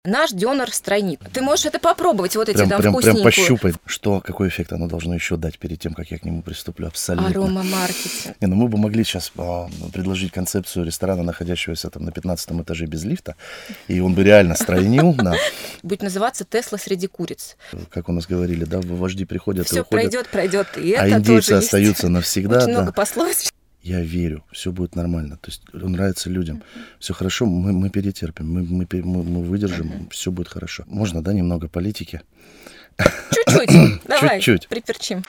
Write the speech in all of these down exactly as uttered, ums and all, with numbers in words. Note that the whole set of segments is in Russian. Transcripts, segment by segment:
Наш дёнер стройнит. Ты можешь это попробовать, вот эти прям, там прям, вкусненькую. Прям пощупать, что, какой эффект оно должно еще дать перед тем, как я к нему приступлю. Абсолютно. Аромамаркетинг. Не, ну мы бы могли сейчас а, предложить концепцию ресторана, находящегося там на пятнадцатом этаже без лифта, и он бы реально стройнил. Да. Будет называться «Тесла среди куриц». Как у нас говорили, да, вожди приходят Все и уходят. пройдет, пройдет, и это а индейцы тоже есть. остаются навсегда. Очень да. много пословиц. Я верю, все будет нормально. То есть он нравится людям. Uh-huh. Все хорошо, мы, мы перетерпим, мы, мы, мы, мы выдержим, uh-huh. все будет хорошо. Можно, да, немного политики? Чуть-чуть. Давай, Чуть-чуть. приперчим.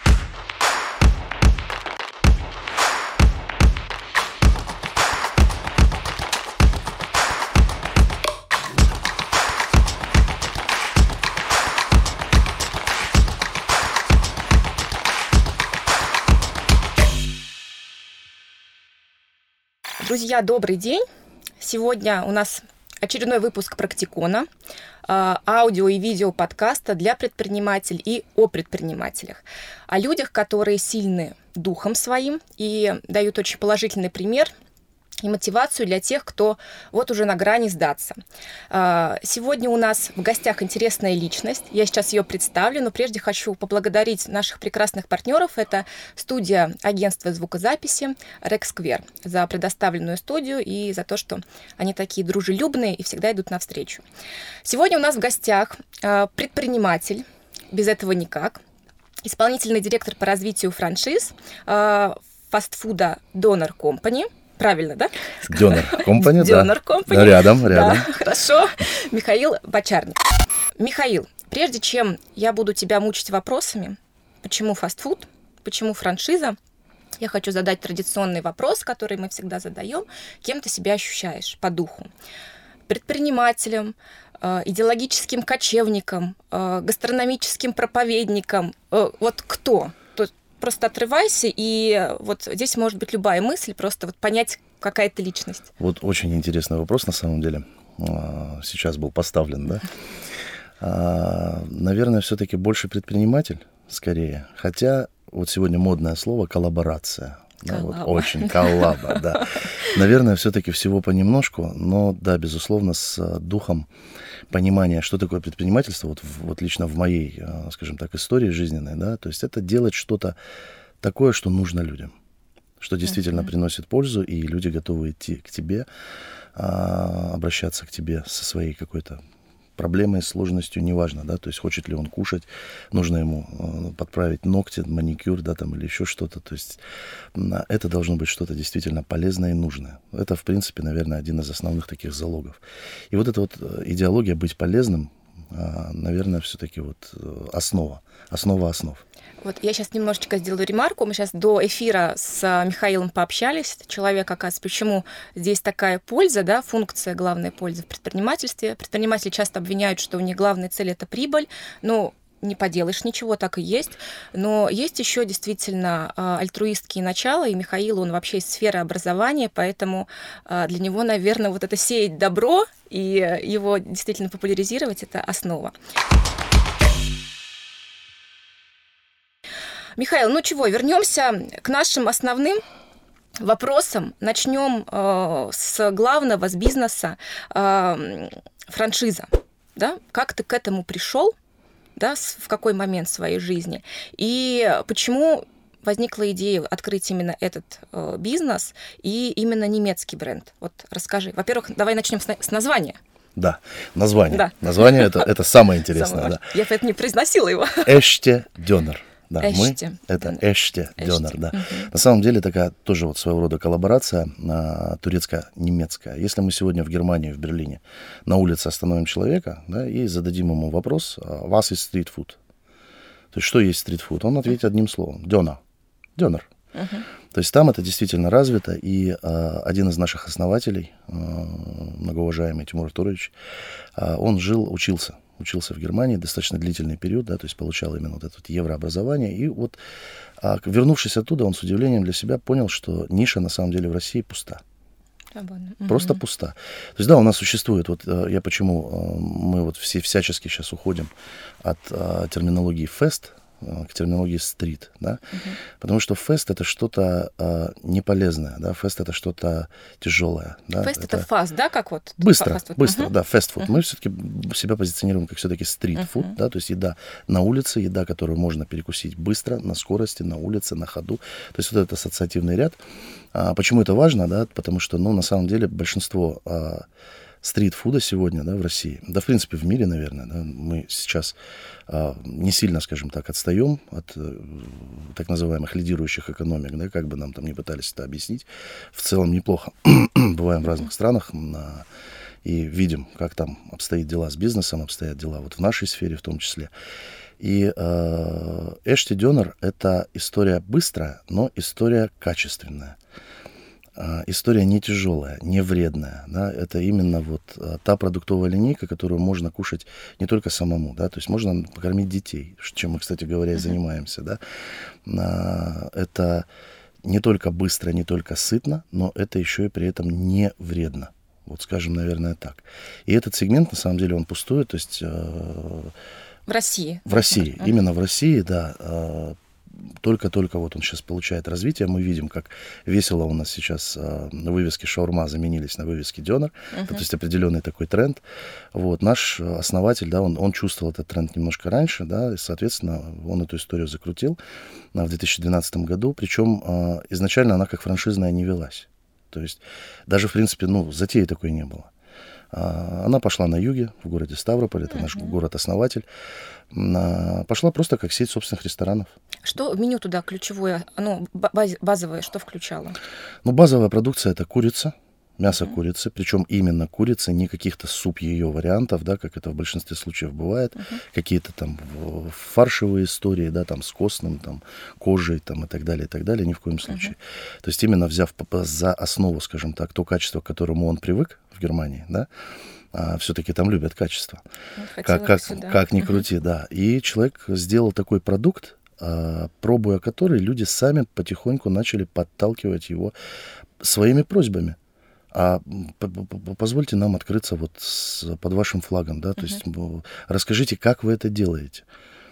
Друзья, добрый день! Сегодня у нас очередной выпуск «Практикона», аудио и видео подкаста для предпринимателей и о предпринимателях, о людях, которые сильны духом своим и дают очень положительный пример и мотивацию для тех, кто вот уже на грани сдаться. Сегодня у нас в гостях интересная личность. Я сейчас ее представлю, но прежде хочу поблагодарить наших прекрасных партнеров. Это студия агентства звукозаписи RecSquare за предоставленную студию и за то, что они такие дружелюбные и всегда идут навстречу. Сегодня у нас в гостях предприниматель, без этого никак, исполнительный директор по развитию франшиз фастфуда Doner Company. Правильно, да? Doner Company, да. Doner Company. Да, рядом, рядом. Да, хорошо. Михаил Бочарник. Михаил, прежде чем я буду тебя мучить вопросами, почему фастфуд, почему франшиза, я хочу задать традиционный вопрос, который мы всегда задаем. Кем ты себя ощущаешь по духу? Предпринимателем, идеологическим кочевником, гастрономическим проповедником? Вот кто? Просто отрывайся, и вот здесь может быть любая мысль, просто вот понять, какая ты личность. Вот очень интересный вопрос, на самом деле, сейчас был поставлен, да. Наверное, все-таки больше предприниматель, скорее. Хотя вот сегодня модное слово «коллаборация». Да, вот очень коллаба, да. Наверное, все-таки всего понемножку, но да, безусловно, с духом понимания, что такое предпринимательство, вот, вот лично в моей, скажем так, истории жизненной, да, то есть это делать что-то такое, что нужно людям, что действительно uh-huh. приносит пользу, и люди готовы идти к тебе, а, обращаться к тебе со своей какой-то проблемой, сложностью, неважно, да, то есть хочет ли он кушать, нужно ему э, подправить ногти, маникюр, да, там, или еще что-то, то есть э, это должно быть что-то действительно полезное и нужное. Это, в принципе, наверное, один из основных таких залогов. И вот эта вот идеология быть полезным, э, наверное, все-таки вот э, основа, основа основ. Вот я сейчас немножечко сделаю ремарку. Мы сейчас до эфира с Михаилом пообщались. Это человек, оказывается, почему здесь такая польза, да, функция, главная польза в предпринимательстве. Предприниматели часто обвиняют, что у них главная цель – это прибыль. Ну, не поделаешь ничего, так и есть. Но есть еще действительно альтруистские начала, и Михаил, он вообще из сферы образования, поэтому для него, наверное, вот это сеять добро и его действительно популяризировать – это основа. Михаил, ну чего, вернемся к нашим основным вопросам. Начнем э, с главного, с бизнеса, э, франшиза. Да? Как ты к этому пришел, да, в какой момент своей жизни, и почему возникла идея открыть именно этот э, бизнес и именно немецкий бренд? Вот расскажи. Во-первых, давай начнем с, с названия. Да, название. Да. Название это, это самое интересное. Да. Я поэтому не произносила его. Echte Döner. Да, Эште. мы это Echte Döner, да. Угу. На самом деле такая тоже вот своего рода коллаборация а, турецко-немецкая. Если мы сегодня в Германии, в Берлине, на улице остановим человека, да, и зададим ему вопрос, was ist Street Food? То есть что есть стритфуд? Он ответит одним словом, Döner. Döner. Угу. То есть там это действительно развито, и а, один из наших основателей, а, многоуважаемый Тимур Артурович, а, он жил, учился. учился в Германии достаточно длительный период, да, то есть получал именно вот это вот еврообразование. И вот, а, вернувшись оттуда, он с удивлением для себя понял, что ниша на самом деле в России пуста. Свободно. Просто угу. пуста. То есть, да, у нас существует, вот я почему, мы вот все всячески сейчас уходим от а, терминологии фест к терминологии стрит, да, uh-huh. потому что фест это что-то а, неполезное, да, фест это что-то тяжелое. Да? Фест это, это фаст, да, как вот? Быстро, фаст-фуд. быстро, uh-huh. да, фест-фуд. Uh-huh. Мы все-таки себя позиционируем как все-таки стрит-фуд, uh-huh. да, то есть еда на улице, еда, которую можно перекусить быстро, на скорости, на улице, на ходу. То есть вот этот ассоциативный ряд. А, почему это важно, да, потому что, ну, на самом деле большинство а, стрит-фуда сегодня, да, в России, да, в принципе, в мире, наверное, да, мы сейчас а, не сильно, скажем так, отстаем от э, так называемых лидирующих экономик, да, как бы нам там не пытались это объяснить, в целом неплохо. Бываем в разных странах на, и видим, как там обстоят дела с бизнесом, обстоят дела вот в нашей сфере в том числе. И э, Эшти Дёнер — это история быстрая, но история качественная. История не тяжелая, не вредная, да, это именно вот та продуктовая линейка, которую можно кушать не только самому, да, то есть можно покормить детей, чем мы, кстати говоря, и занимаемся, да. Это не только быстро, не только сытно, но это еще и при этом не вредно. Вот скажем, наверное, так. И этот сегмент, на самом деле, он пустует, то есть... В России. В России, uh-huh. именно в России, да. Только-только вот он сейчас получает развитие. Мы видим, как весело у нас сейчас а, на вывеске шаурма заменились на вывеске дёнер. Uh-huh. То есть определенный такой тренд. Вот, наш основатель, да, он, он чувствовал этот тренд немножко раньше, да, и, соответственно, он эту историю закрутил а, в две тысячи двенадцатом году. Причем а, изначально она как франшизная не велась. То есть даже, в принципе, ну, затеи такой не было. А, она пошла на юге, в городе Ставрополь, это uh-huh. наш город-основатель. А, пошла просто как сеть собственных ресторанов. Что в меню туда ключевое, ну, базовое, что включало? Ну, базовая продукция — это курица, мясо uh-huh. курицы, причем именно курица, не каких-то суп ее вариантов, да, как это в большинстве случаев бывает, uh-huh. какие-то там фаршевые истории, да, там с костным, там, кожей, там, и так далее, и так далее, ни в коем случае. Uh-huh. То есть именно взяв за основу, скажем так, то качество, к которому он привык в Германии, да, а, все-таки там любят качество, как, как, как ни крути, uh-huh. да. И человек сделал такой продукт, пробуя который, люди сами потихоньку начали подталкивать его своими просьбами. А позвольте нам открыться вот с, под вашим флагом, да, то uh-huh. есть расскажите, как вы это делаете.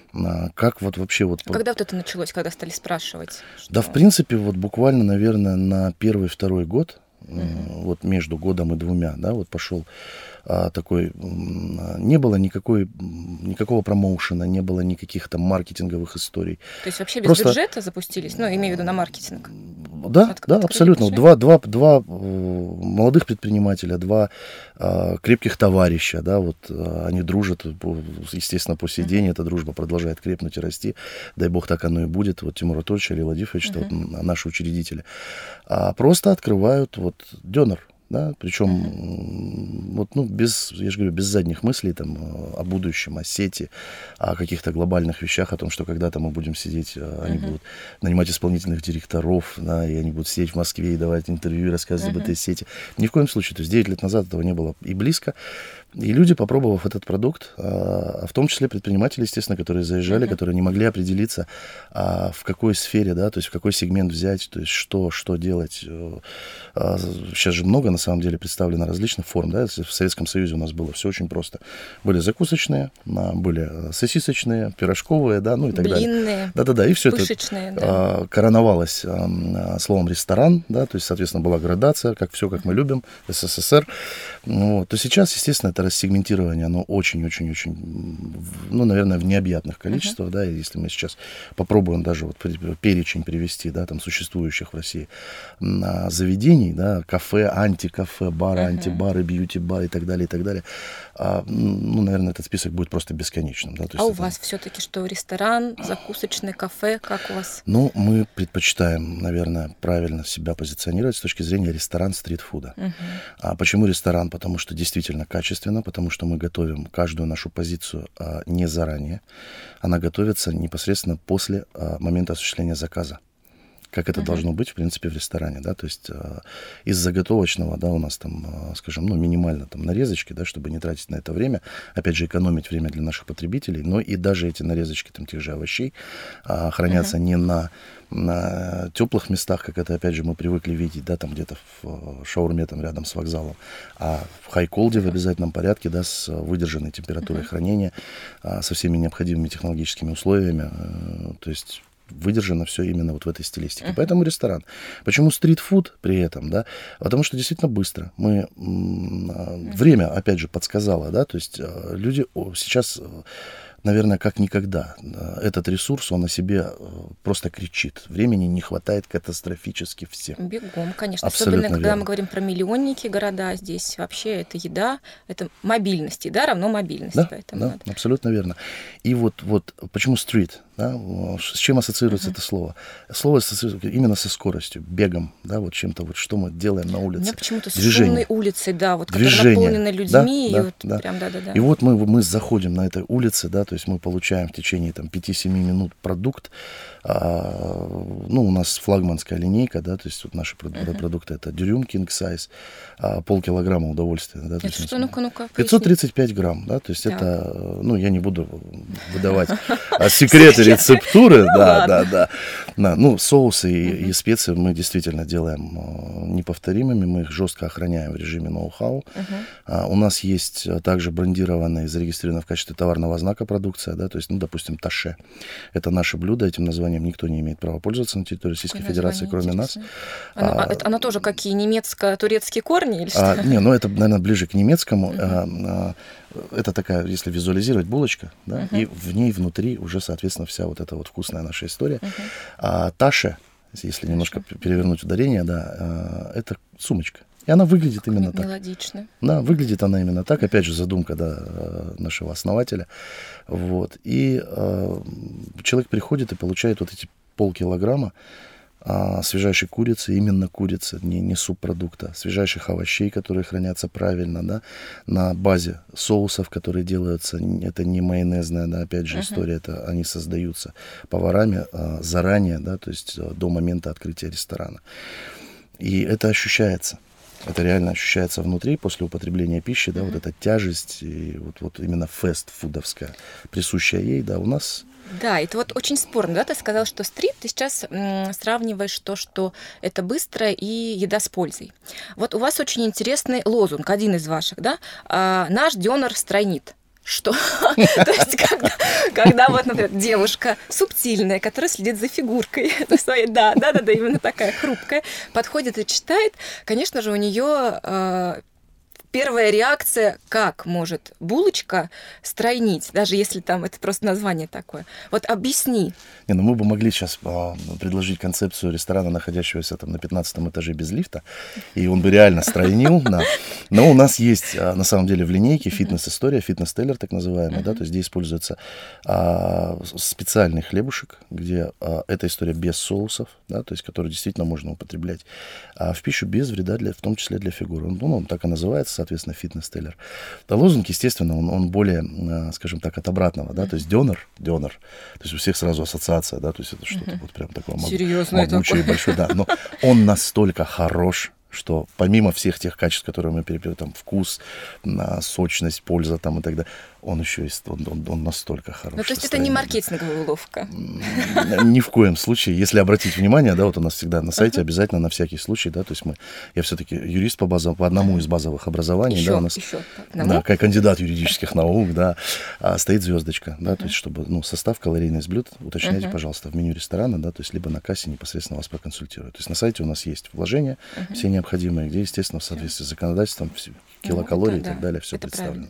Как вот вообще вот... Когда вот это началось, когда стали спрашивать? Что... Да, в принципе, вот буквально, наверное, на первый-второй год, uh-huh. вот между годом и двумя, да, вот пошел а, такой, не было никакой, никакого промоушена, не было никаких там маркетинговых историй. То есть вообще без Просто... бюджета запустились, ну, имею в виду на маркетинг? Да, От, да, абсолютно. Два, два, два молодых предпринимателя, два а, крепких товарища, да, вот а, они дружат, естественно, по сей uh-huh. день эта дружба продолжает крепнуть и расти. Дай бог, так оно и будет. Вот Тимур Анатольевич, Али Владимирович, uh-huh. вот, наши учредители, а, просто открывают вот дёнер. Да, причем uh-huh. вот, ну, без, я же говорю, без задних мыслей там, о будущем, о сети, о каких-то глобальных вещах, о том, что когда-то мы будем сидеть, uh-huh. они будут нанимать исполнительных директоров, да, и они будут сидеть в Москве и давать интервью, и рассказывать uh-huh. об этой сети. Ни в коем случае. То есть девять лет назад этого не было и близко. И люди, попробовав этот продукт, а, в том числе предприниматели, естественно, которые заезжали, uh-huh. которые не могли определиться, а, в какой сфере, да, то есть в какой сегмент взять, то есть что, что делать. А, сейчас же много, на самом деле, представлено различных форм. Да? В Советском Союзе у нас было все очень просто. Были закусочные, были сосисочные, пирожковые, да, ну и так Блинные, далее. Да-да-да, и все это да. а, короновалось а, словом ресторан, да, то есть, соответственно, была градация, как все, как мы любим, СССР. Вот. То сейчас, естественно, это рассегментирование, оно очень-очень-очень, ну, наверное, в необъятных количествах, uh-huh. да, и если мы сейчас попробуем даже вот перечень привести, да, там, существующих в России заведений, да, кафе, антикафе, бары, uh-huh. антибары, бьюти-бары и так далее, и так далее, а, ну, наверное, этот список будет просто бесконечным, да. То есть а у это... вас все-таки что, ресторан, закусочное, кафе, как у вас? Ну, мы предпочитаем, наверное, правильно себя позиционировать с точки зрения ресторан-стритфуда. Uh-huh. А почему ресторан? Потому что действительно качественно, потому что мы готовим каждую нашу позицию а, не заранее. Она готовится непосредственно после а, момента осуществления заказа. как это uh-huh. должно быть, в принципе, в ресторане, да, то есть э, из заготовочного, да, у нас там, э, скажем, ну, минимально там нарезочки, да, чтобы не тратить на это время, опять же, экономить время для наших потребителей, но и даже эти нарезочки там тех же овощей э, хранятся uh-huh. не на, на теплых местах, как это, опять же, мы привыкли видеть, да, там где-то в шаурме там рядом с вокзалом, а в хай-колде uh-huh. в обязательном порядке, да, с выдержанной температурой uh-huh. хранения, э, со всеми необходимыми технологическими условиями, э, то есть выдержано все именно вот в этой стилистике. Uh-huh. Поэтому ресторан. Почему стритфуд при этом, да? Потому что действительно быстро. Мы м- uh-huh. время, опять же, подсказало, да, то есть люди сейчас, наверное, как никогда, этот ресурс, он о себе просто кричит. Времени не хватает катастрофически всем. Бегом, конечно. Абсолютно Особенно, когда верно. мы говорим про миллионники города, здесь вообще это еда, это мобильность. Еда равно мобильность. Да, поэтому да, надо. абсолютно верно. И вот, вот почему стрит? Да, с чем ассоциируется uh-huh. это слово? Слово ассоциируется именно со скоростью, бегом, да, вот чем-то, вот что мы делаем на улице. У меня почему-то с Движение. шумной улицей, да, вот Движение. Которая наполнена людьми. Да, и да, вот да. Прям, да, да, да. И вот мы, мы заходим на этой улице, да, то есть мы получаем в течение там, пяти-семи минут продукт. А, ну, у нас флагманская линейка, да, то есть вот наши uh-huh. продукты это дюрюм, king size, а, полкилограмма удовольствия. Да, это что, ну-ка, ну-ка, пятьсот тридцать пять грамм, да, то есть так. Это, ну, я не буду выдавать секреты рецептуры, да, да, да, да. Ну, соусы и, и специи мы действительно делаем неповторимыми, мы их жестко охраняем в режиме ноу-хау. Uh-huh. А, у нас есть также брендированная и зарегистрированная в качестве товарного знака продукция, да, то есть, ну, допустим, таше. Это наше блюдо, этим названием никто не имеет права пользоваться на территории Российской Какое Федерации, кроме нас. Оно, а, это, оно тоже какие, немецко-турецкие корни или что? А, не, ну это, наверное, ближе к немецкому. Uh-huh. А, а, это такая, если визуализировать, булочка, да, uh-huh. и в ней внутри уже, соответственно, вся вот эта вот вкусная наша история. Uh-huh. А таше, если немножко uh-huh. перевернуть ударение, да, это сумочка. И она выглядит как именно так. Мелодично. Да, выглядит она именно так. Опять же, задумка, да, нашего основателя. Вот. И э, человек приходит и получает вот эти полкилограмма э, свежайшей курицы, именно курицы, не, не субпродукта, свежайших овощей, которые хранятся правильно, да, на базе соусов, которые делаются, это не майонезная, да, опять же, uh-huh. история, это они создаются поварами э, заранее, да, то есть э, до момента открытия ресторана. И это ощущается. Это реально ощущается внутри после употребления пищи, да, mm-hmm. вот эта тяжесть, и вот, вот именно фэст-фудовская, присущая ей, да, у нас... Да, это вот очень спорно, да, ты сказал, что стрит, ты сейчас м, сравниваешь то, что это быстро и еда с пользой. Вот у вас очень интересный лозунг, один из ваших, да, а, «Наш дёнер стройнит». Что? То есть, когда, когда вот, например, девушка субтильная, которая следит за фигуркой, да, да, да, да, именно такая хрупкая, подходит и читает, конечно же, у нее э, первая реакция, как может булочка стройнить, даже если там это просто название такое. Вот объясни. Не, ну мы бы могли сейчас а, предложить концепцию ресторана, находящегося там на пятнадцатом этаже без лифта, и он бы реально стройнил, да. Но у нас есть, а, на самом деле, в линейке фитнес-история, фитнес-тейлер так называемый, uh-huh. да, то есть здесь используется а, специальный хлебушек, где а, эта история без соусов, да, то есть который действительно можно употреблять а, в пищу без вреда, для, в том числе для фигуры. Ну, он так и называется, соответственно, фитнес-тейлер. Да, лозунг, естественно, он, он более, а, скажем так, от обратного, да, uh-huh. то есть дёнер, дёнер, то есть у всех сразу ассоциация, да, то есть это что-то uh-huh. вот прям такое могучее и большое, да, но он настолько хорош, что помимо всех тех качеств, которые мы перепели, там, вкус, сочность, польза там и так далее, он еще есть, он, он, он настолько хорош. Ну, то есть это не маркетинговая уловка? Ни в коем случае. Если обратить внимание, да, вот у нас всегда на сайте uh-huh. обязательно на всякий случай, да, то есть мы, я все-таки юрист по, базам, по одному из базовых образований, еще, да, у нас, еще, да, как кандидат юридических наук, да, стоит звездочка, да, uh-huh. то есть чтобы, ну, состав, калорийность блюд уточняйте, uh-huh. пожалуйста, в меню ресторана, да, то есть либо на кассе непосредственно вас проконсультируют. То есть на сайте у нас есть вложения, uh-huh. все необходимые, где, естественно, в соответствии с законодательством, килокалории ну, это, и так да, далее, все представлено.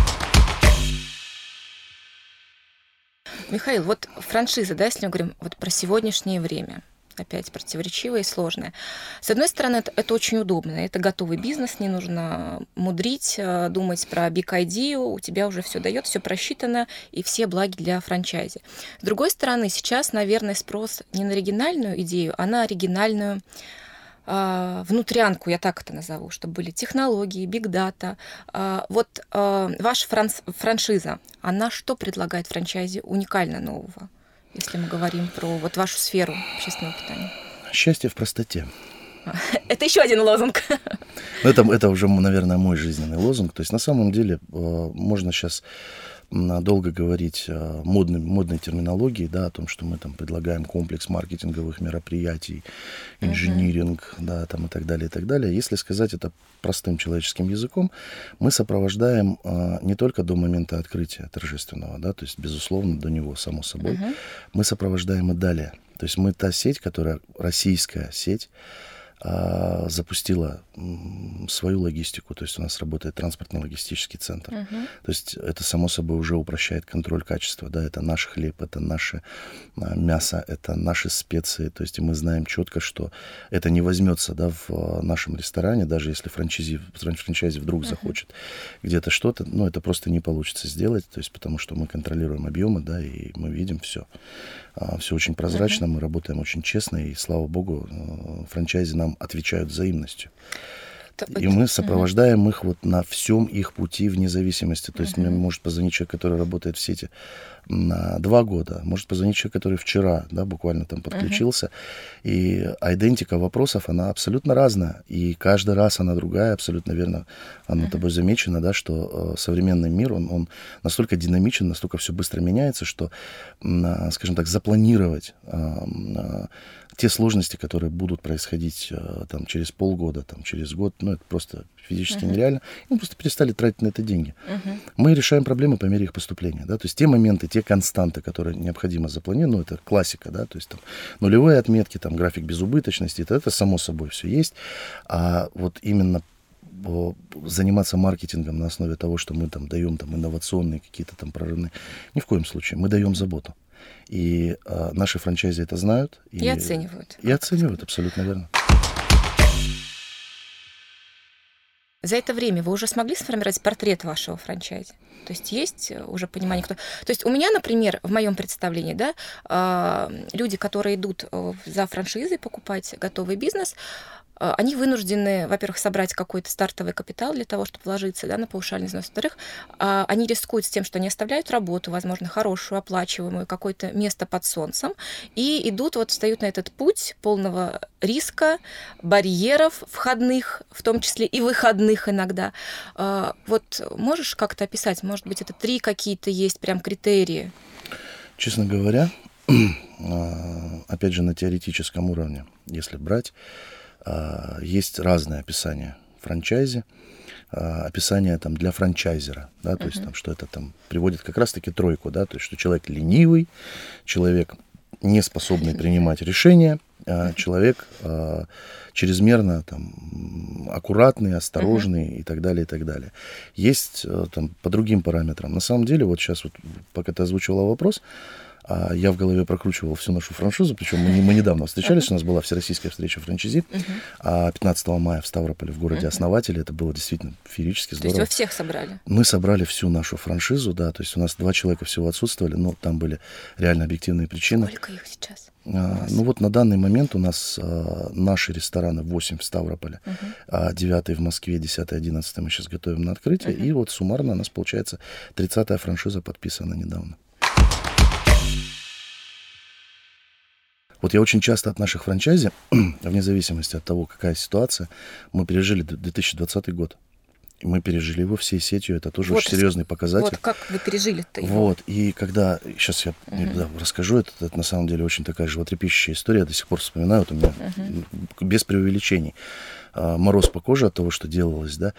Михаил, вот франшиза, да, если мы говорим вот про сегодняшнее время, опять противоречивое и сложное. С одной стороны, это, это очень удобно, это готовый бизнес, не нужно мудрить, думать про big idea, у тебя уже все дает, все просчитано, и все благи для франчайзи. С другой стороны, сейчас, наверное, спрос не на оригинальную идею, а на оригинальную внутрянку, я так это назову, чтобы были технологии, биг-дата. Вот ваша франшиза, она что предлагает франчайзе уникально нового, если мы говорим про вот вашу сферу общественного питания? Счастье в простоте. Это еще один лозунг. Это, это уже, наверное, мой жизненный лозунг. То есть на самом деле можно сейчас долго говорить о модной, модной терминологии, да, о том, что мы там предлагаем комплекс маркетинговых мероприятий, инжиниринг, uh-huh. да, там и так далее, и так далее. Если сказать это простым человеческим языком, мы сопровождаем а, не только до момента открытия торжественного, да, то есть, безусловно, до него, само собой, uh-huh. мы сопровождаем и далее. То есть мы та сеть, которая, российская сеть, запустила свою логистику, то есть у нас работает транспортно-логистический центр. Uh-huh. То есть это, само собой, уже упрощает контроль качества, да, это наш хлеб, это наше а, мясо, это наши специи, то есть и мы знаем четко, что это не возьмется, да, в нашем ресторане, даже если франчайзи, франчайзи вдруг uh-huh. захочет где-то что-то, ну, это просто не получится сделать, то есть потому что мы контролируем объемы, да, и мы видим все. А, все очень прозрачно, uh-huh. мы работаем очень честно, и, слава богу, франчайзи нам отвечают взаимностью. И мы сопровождаем uh-huh. их вот на всем их пути вне зависимости. То есть uh-huh. мне может позвонить человек, который работает в сети на два года, может позвонить человек, который вчера, да, буквально там подключился. Uh-huh. И идентика вопросов, она абсолютно разная. И каждый раз она другая, абсолютно верно. Она uh-huh. тобой замечена, да, что э, современный мир, он, он настолько динамичен, настолько все быстро меняется, что, э, скажем так, запланировать э, э, те сложности, которые будут происходить э, там, через полгода, там, через год, ну, это просто физически uh-huh. нереально. И мы просто перестали тратить на это деньги. Uh-huh. Мы решаем проблемы по мере их поступления. Да? То есть те моменты, те константы, которые необходимо запланировать, ну, это классика, да, то есть там нулевые отметки, там, график безубыточности, это, это само собой все есть. А вот именно заниматься маркетингом на основе того, что мы там даем там инновационные какие-то там прорывные, ни в коем случае. Мы даем заботу. И а, наши франчайзи это знают. И, и оценивают. И оценивают, абсолютно верно. За это время вы уже смогли сформировать портрет вашего франчайзи? То есть есть уже понимание, кто... То есть у меня, например, в моем представлении, да, люди, которые идут за франшизой покупать готовый бизнес, они вынуждены, во-первых, собрать какой-то стартовый капитал для того, чтобы вложиться, да, на паушальный взнос. Во-вторых, они рискуют с тем, что они оставляют работу, возможно, хорошую, оплачиваемую, какое-то место под солнцем, и идут, вот встают на этот путь полного риска, барьеров входных, в том числе и выходных иногда. Вот можешь как-то описать, может быть, это три какие-то есть прям критерии? Честно говоря, опять же, на теоретическом уровне, если брать, есть разные описания франчайзи, описание там для франчайзера, да, то uh-huh. есть там, что это там приводит как раз-таки тройку, да, то есть что человек ленивый, человек не способный принимать решения, uh-huh. человек а, чрезмерно там аккуратный, осторожный uh-huh. и так далее, и так далее. Есть там по другим параметрам. На самом деле, вот сейчас вот, пока ты озвучивала вопрос, А я в голове прокручивал всю нашу франшизу, причем мы, мы недавно встречались, uh-huh. у нас была всероссийская встреча франчайзи, uh-huh. а пятнадцатого мая в Ставрополе, в городе uh-huh. основателе, это было действительно феерически здорово. То есть вы всех собрали? Мы собрали всю нашу франшизу, да, то есть у нас два человека всего отсутствовали, но там были реально объективные причины. Сколько их сейчас? А, ну вот на данный момент у нас а, наши рестораны восемь в Ставрополе, uh-huh. а девятый в Москве, десятый, одиннадцатый мы сейчас готовим на открытие, uh-huh. и вот суммарно у нас получается тридцатая франшиза подписана недавно. Вот я очень часто от наших франчайзи, вне зависимости от того, какая ситуация, мы пережили две тысячи двадцатый год. И мы пережили его всей сетью, это тоже вот, очень серьезный показатель. Вот как вы пережили-то его. Вот, и когда, сейчас я uh-huh. да, расскажу, это, это на самом деле очень такая животрепещущая история, я до сих пор вспоминаю, вот у меня uh-huh. без преувеличений. Мороз по коже от того, что делалось, да.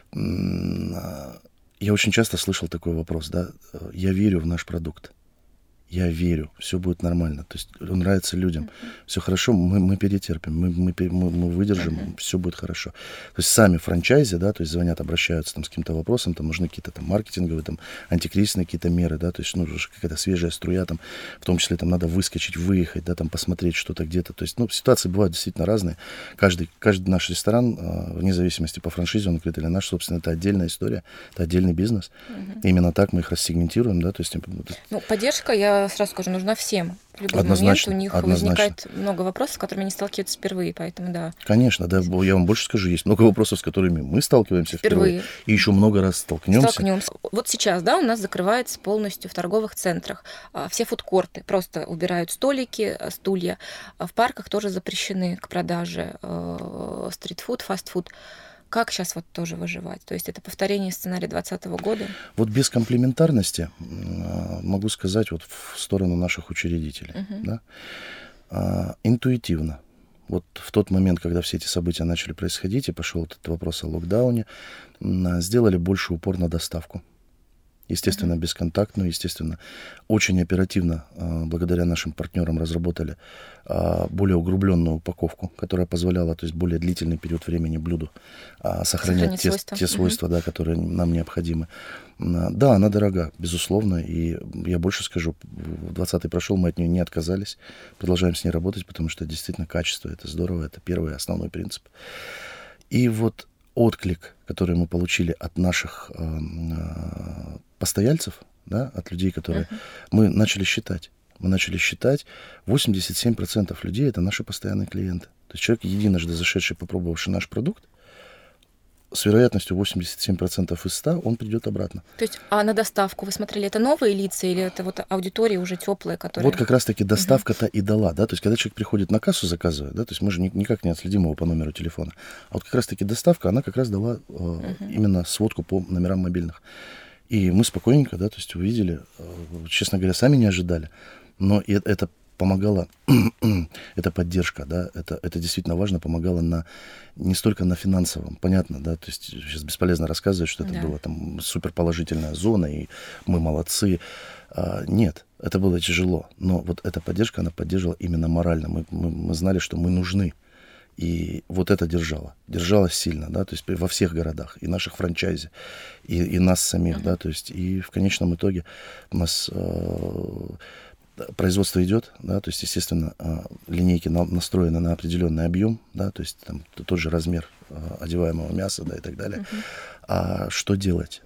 Я очень часто слышал такой вопрос, да, я верю в наш продукт. Я верю, все будет нормально. То есть он нравится людям. Uh-huh. Все хорошо, мы, мы перетерпим, мы, мы, мы, мы выдержим, uh-huh. все будет хорошо. То есть сами франчайзи, да, то есть звонят, обращаются там с каким-то вопросом, там нужны какие-то там маркетинговые, там антикризисные какие-то меры, да, то есть ну, какая-то свежая струя, там, в том числе там надо выскочить, выехать, да, там посмотреть что-то где-то. То есть, ну, ситуации бывают действительно разные. Каждый, каждый наш ресторан, вне зависимости по франшизе, он открыт или наш, собственно, это отдельная история, это отдельный бизнес. Uh-huh. Именно так мы их рассегментируем, да, то есть... Ну, поддержка, я сразу скажу, нужна всем в любой Однозначно, момент у них однозначно. возникает много вопросов, с которыми они сталкиваются впервые, поэтому да. Конечно, да, я вам больше скажу, есть много вопросов, с которыми мы сталкиваемся впервые, впервые и еще много раз столкнемся. Столкнемся. Вот сейчас, да, у нас закрывается полностью в торговых центрах. Все фудкорты просто убирают столики, стулья. В парках тоже запрещены к продаже стритфуд, фастфуд. Как сейчас вот тоже выживать? То есть это повторение сценария двадцатого года? Вот без комплементарности могу сказать вот в сторону наших учредителей. Uh-huh. Да? А, интуитивно. Вот в тот момент, когда все эти события начали происходить, и пошел этот вопрос о локдауне, сделали больше упор на доставку. Естественно, uh-huh. бесконтактную, естественно, очень оперативно, благодаря нашим партнерам, разработали более углубленную упаковку, которая позволяла, то есть более длительный период времени блюду сохранять те свойства, те свойства uh-huh. да, которые нам необходимы. Да, она дорога, безусловно, и я больше скажу, двадцатый прошел, мы от нее не отказались, продолжаем с ней работать, потому что действительно качество, это здорово, это первый основной принцип. И вот отклик, который мы получили от наших э, постояльцев, да, от людей, которые... Uh-huh. Мы начали считать. Мы начали считать, восемьдесят семь процентов людей — это наши постоянные клиенты. То есть человек, единожды зашедший, попробовавший наш продукт, с вероятностью восемьдесят семь процентов из ста он придет обратно. То есть, а на доставку вы смотрели, это новые лица или это вот аудитория уже теплая, которая... Вот как раз-таки доставка-то uh-huh. и дала, да, то есть когда человек приходит на кассу, заказывает, да, то есть мы же никак не отследим его по номеру телефона, а вот как раз-таки доставка, она как раз дала э, uh-huh. именно сводку по номерам мобильных. И мы спокойненько, да, то есть увидели, э, честно говоря, сами не ожидали, но и это помогало, эта поддержка, да, это, это действительно важно, помогало на, не столько на финансовом, понятно, да, то есть сейчас бесполезно рассказывать, что это да. была там суперположительная зона, и мы молодцы. А, нет, это было тяжело, но вот эта поддержка, она поддерживала именно морально, мы, мы, мы знали, что мы нужны, и вот это держало, держалось сильно, да, то есть во всех городах, и наших франчайзи, и, и нас самих, uh-huh. да, то есть и в конечном итоге у нас... производство идет, да, то есть, естественно, линейки настроены на определенный объем, да, то есть там тот же размер одеваемого мяса, да, и так далее. Uh-huh. А что делать?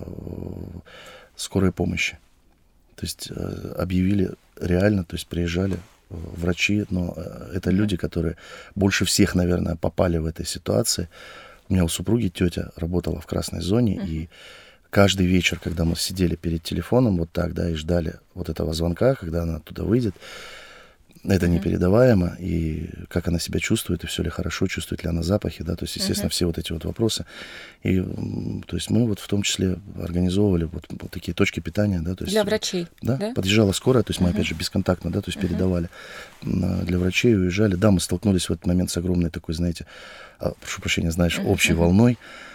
Скорой помощи. То есть объявили реально, то есть приезжали врачи, но это uh-huh. люди, которые больше всех, наверное, попали в этой ситуации. У меня у супруги тетя работала в красной зоне, uh-huh. и каждый вечер, когда мы сидели перед телефоном вот так, да, и ждали вот этого звонка, когда она оттуда выйдет, это uh-huh. непередаваемо, и как она себя чувствует, и все ли хорошо, чувствует ли она запахи, да, то есть, естественно, uh-huh. все вот эти вот вопросы. И, то есть, мы вот в том числе организовывали вот, вот такие точки питания, да, то есть... Для врачей, да? да? Подъезжала скорая, то есть, мы, uh-huh. опять же, бесконтактно, да, то есть, uh-huh. передавали для врачей, уезжали. Да, мы столкнулись в этот момент с огромной такой, знаете, прошу прощения, знаешь, uh-huh. общей волной,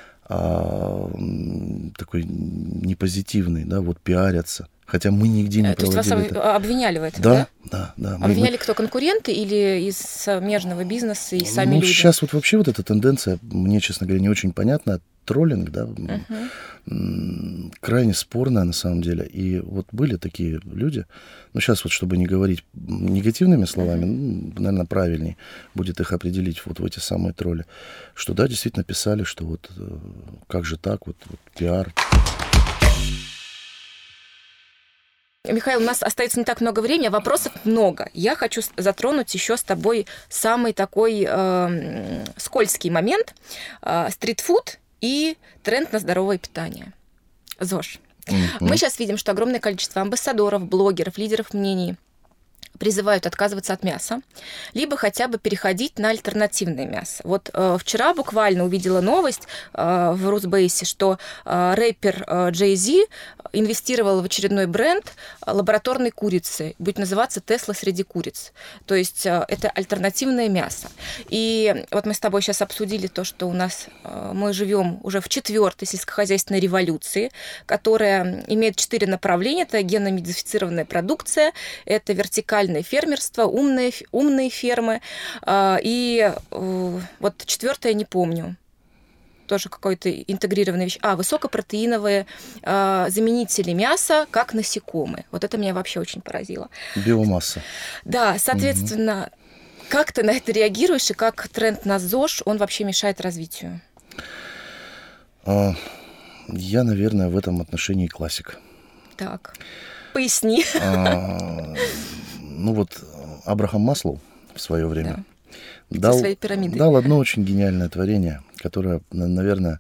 а, такой непозитивный, да, вот пиарятся. Хотя мы нигде не То проводили есть вас это. Обвиняли в этом, да? Да, да, да. Обвиняли мы... кто, конкуренты или из смежного бизнеса и сами ну, люди? Сейчас вот вообще вот эта тенденция, мне, честно говоря, не очень понятна. Троллинг, да, uh-huh. крайне спорная на самом деле. И вот были такие люди, ну сейчас вот, чтобы не говорить негативными словами, uh-huh. ну, наверное, правильнее будет их определить вот в эти самые тролли, что да, действительно писали, что вот как же так, вот, вот пиар. Михаил, у нас остается не так много времени, а вопросов много. Я хочу затронуть еще с тобой самый такой э, скользкий момент. Э, стритфуд и тренд на здоровое питание. ЗОЖ. Mm-hmm. Мы сейчас видим, что огромное количество амбассадоров, блогеров, лидеров мнений призывают отказываться от мяса, либо хотя бы переходить на альтернативное мясо. Вот э, вчера буквально увидела новость э, в Русбейсе, что э, рэпер э, Джей Зи инвестировал в очередной бренд лабораторной курицы, будет называться «Тесла среди куриц». То есть э, это альтернативное мясо. И вот мы с тобой сейчас обсудили то, что у нас э, мы живем уже в четвертой сельскохозяйственной революции, которая имеет четыре направления. Это генно-модифицированная продукция, это вертикальная фермерство, умные, умные фермы. И вот четвертое не помню. Тоже какой-то интегрированная вещь. А, высокопротеиновые заменители мяса, как насекомые. Вот это меня вообще очень поразило. Биомасса. Да, соответственно, угу. как ты на это реагируешь, и как тренд на ЗОЖ, он вообще мешает развитию? Я, наверное, в этом отношении классик. Так, поясни. ну вот Абрахам Маслоу в свое время да. дал, своей пирамидой. дал одно очень гениальное творение, которое, наверное,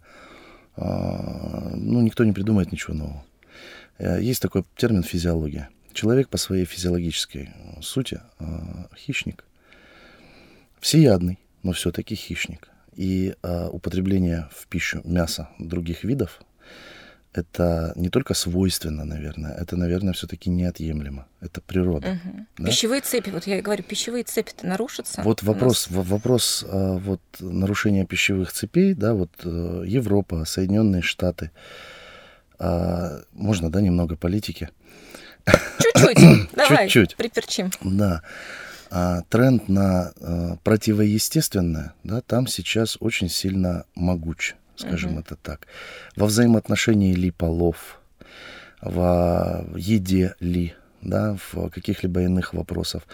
ну, никто не придумает ничего нового. Есть такой термин физиология. Человек по своей физиологической сути хищник. Всеядный, но все-таки хищник. И употребление в пищу мяса других видов это не только свойственно, наверное, это, наверное, все-таки неотъемлемо. Это природа. Угу. Да? Пищевые цепи, вот я и говорю, пищевые цепи-то нарушатся. Вот вопрос, нас... вопрос а, вот, нарушения пищевых цепей, да, вот Европа, Соединенные Штаты, а, можно, да, немного политики? Чуть-чуть, давай, Чуть-чуть. приперчим. Да. А, тренд на а, противоестественное, да, там сейчас очень сильно могуч. Скажем uh-huh. это так. Во взаимоотношении ли полов, в еде ли, да, в каких-либо иных вопросах.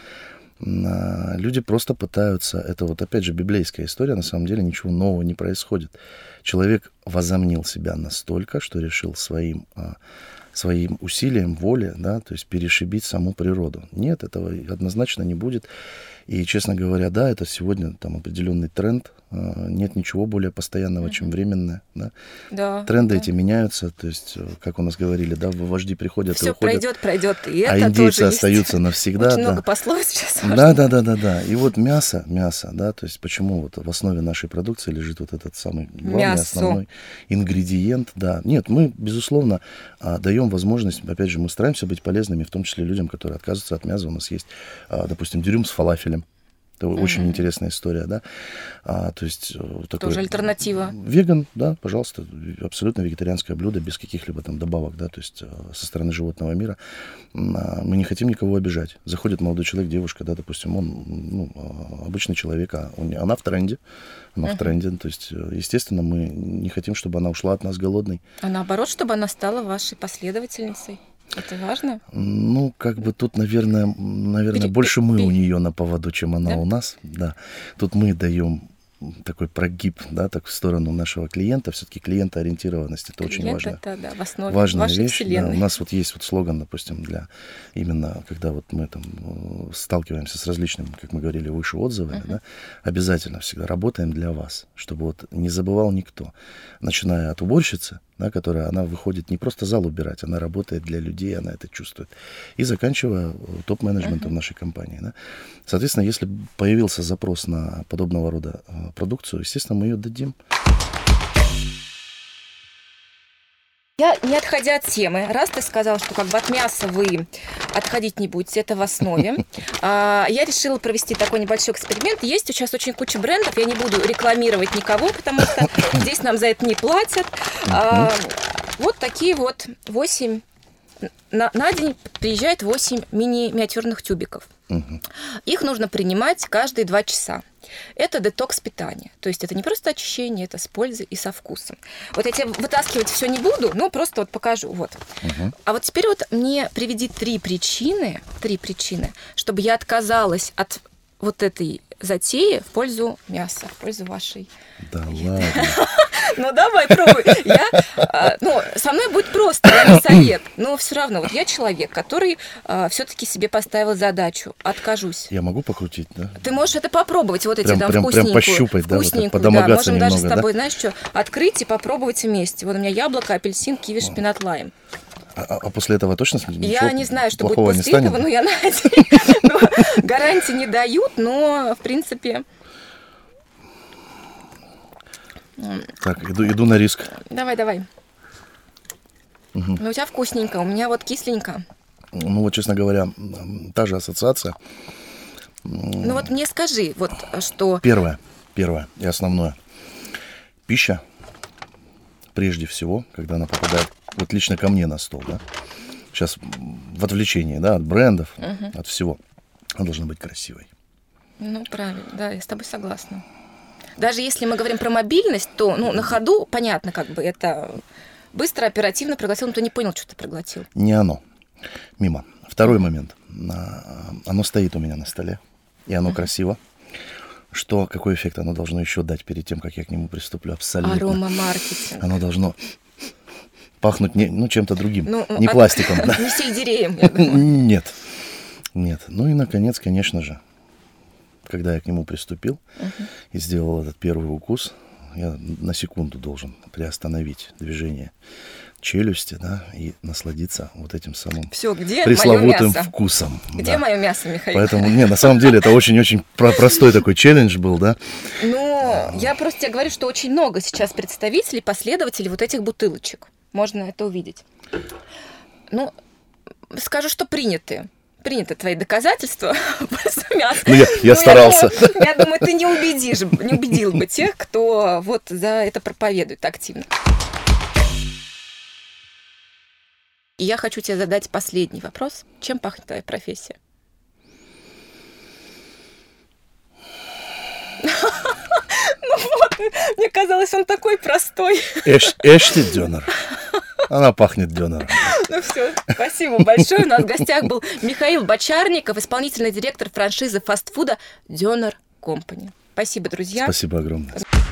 Люди просто пытаются, это вот опять же библейская история, на самом деле ничего нового не происходит. Человек возомнил себя настолько, что решил своим, своим усилием воли, да, то есть перешибить саму природу. Нет, этого однозначно не будет. И, честно говоря, да, это сегодня там определенный тренд. Нет ничего более постоянного, uh-huh. чем временное. Да? Да, Тренды да. эти меняются. То есть, как у нас говорили, да, вожди приходят Все и уходят. пройдет, пройдет. И а это индейцы тоже остаются есть. навсегда. Очень да. много пословиц сейчас. Да, да, да, да, да. И вот мясо, мясо, да, то есть почему вот в основе нашей продукции лежит вот этот самый главный, Мясо. основной ингредиент. Да. Нет, мы, безусловно, даем возможность, опять же, мы стараемся быть полезными, в том числе людям, которые отказываются от мяса. У нас есть, допустим, дюрюм с фалафелем. Это mm-hmm. очень интересная история, да. А, то есть, такой, тоже альтернатива. Веган, да, пожалуйста, абсолютно вегетарианское блюдо, без каких-либо там добавок, да, то есть со стороны животного мира. А, мы не хотим никого обижать. Заходит молодой человек, девушка, да, допустим, он ну, обычный человек, а он, она в тренде, она mm-hmm. в тренде, то есть, естественно, мы не хотим, чтобы она ушла от нас голодной. А наоборот, чтобы она стала вашей последовательницей. Это важно? Ну, как бы тут, наверное, наверное Пере- больше мы пере- у нее на поводу, чем она да? у нас. Да. Тут мы даем такой прогиб, да, так в сторону нашего клиента. Все-таки клиентоориентированность это Клиент очень важно. Это, да, в основе важная вашей вещь. Да. вселенной. У нас вот есть вот слоган, допустим, для именно, когда вот мы там сталкиваемся с различными, как мы говорили, выше отзывами, uh-huh. да, обязательно всегда работаем для вас, чтобы вот не забывал никто. Начиная от уборщицы, да, которая, она выходит не просто зал убирать, она работает для людей, она это чувствует. И заканчивая топ-менеджментом uh-huh. нашей компании. Да. Соответственно, если появился запрос на подобного рода продукцию, естественно, мы ее дадим. Я, не отходя от темы, раз ты сказал, что как бы от мяса вы отходить не будете, это в основе, а, я решила провести такой небольшой эксперимент. Есть сейчас очень куча брендов, я не буду рекламировать никого, потому что здесь нам за это не платят. А, вот такие вот восемь, на, на день приезжает восемь мини-миниатюрных тюбиков. Их нужно принимать каждые два часа. Это детокс питания. То есть это не просто очищение, это с пользой и со вкусом. Вот я тебе вытаскивать все не буду, но просто вот покажу. Вот. Uh-huh. А вот теперь вот мне приведи три причины, три причины, чтобы я отказалась от вот этой затеи в пользу мяса, в пользу вашей. Да ладно. Ну, давай, пробуй. Я, а, ну, со мной будет просто, я не совет. Но все равно, вот я человек, который а, все-таки себе поставил задачу. Откажусь. Я могу покрутить, да? Ты можешь это попробовать, вот эти, прям, да, прям, вкусненькую. Прям пощупать, вкусненькую, да, вот, да. Можем немного, даже с тобой, да? знаешь что, открыть и попробовать вместе. Вот у меня яблоко, апельсин, киви, шпинат, лайм. А, а после этого точно ничего Я не знаю, что будет плохого после не станет? этого, но я надеюсь. Гарантии не дают, но, в принципе... Так, иду, иду на риск. Давай, давай. Угу. Ну, у тебя вкусненько, у меня вот кисленько. Ну, вот, честно говоря, та же ассоциация. Ну, вот мне скажи, вот что... Первое, первое и основное. Пища, прежде всего, когда она попадает вот лично ко мне на стол, да, сейчас в отвлечении, да, от брендов, угу. от всего, она должна быть красивой. Ну, правильно, да, я с тобой согласна. Даже если мы говорим про мобильность, то ну, на ходу, понятно, как бы это быстро, оперативно проглотил, но ты не понял, что ты проглотил. Не оно. Мимо. Второй момент. Оно стоит у меня на столе, и оно uh-huh. красиво. Что, какой эффект оно должно еще дать перед тем, как я к нему приступлю? Абсолютно. Аромамаркетинг. Оно должно пахнуть не, ну, чем-то другим, ну, не от... пластиком. Не сельдереем, я думаю. Нет. Нет. Ну и, наконец, конечно же, когда я к нему приступил Мгм. и сделал этот первый укус, я на секунду должен приостановить движение челюсти, да, и насладиться вот этим самым Все, где мое пресловутым мясо? вкусом. Где да. мое мясо, Михаил? Поэтому, не, на самом деле, это очень-очень про- простой такой челлендж был, да. Ну, я просто тебе говорю, что очень много сейчас представителей, последователей вот этих бутылочек. Можно это увидеть. Ну, скажу, что приняты. Приняты твои доказательства в пользу мяса. Ну, я, я Ну, старался. Я думаю, я думаю, ты не убедишь, не убедил бы тех, кто вот за это проповедует активно. И я хочу тебе задать последний вопрос. Чем пахнет твоя профессия? Ну вот, мне казалось, он такой простой. Эш, эшти дёнер. Она пахнет дёнером. Ну все, спасибо большое. У нас в гостях был Михаил Бочарников, исполнительный директор франшизы фастфуда Döner Company. Спасибо, друзья. Спасибо огромное.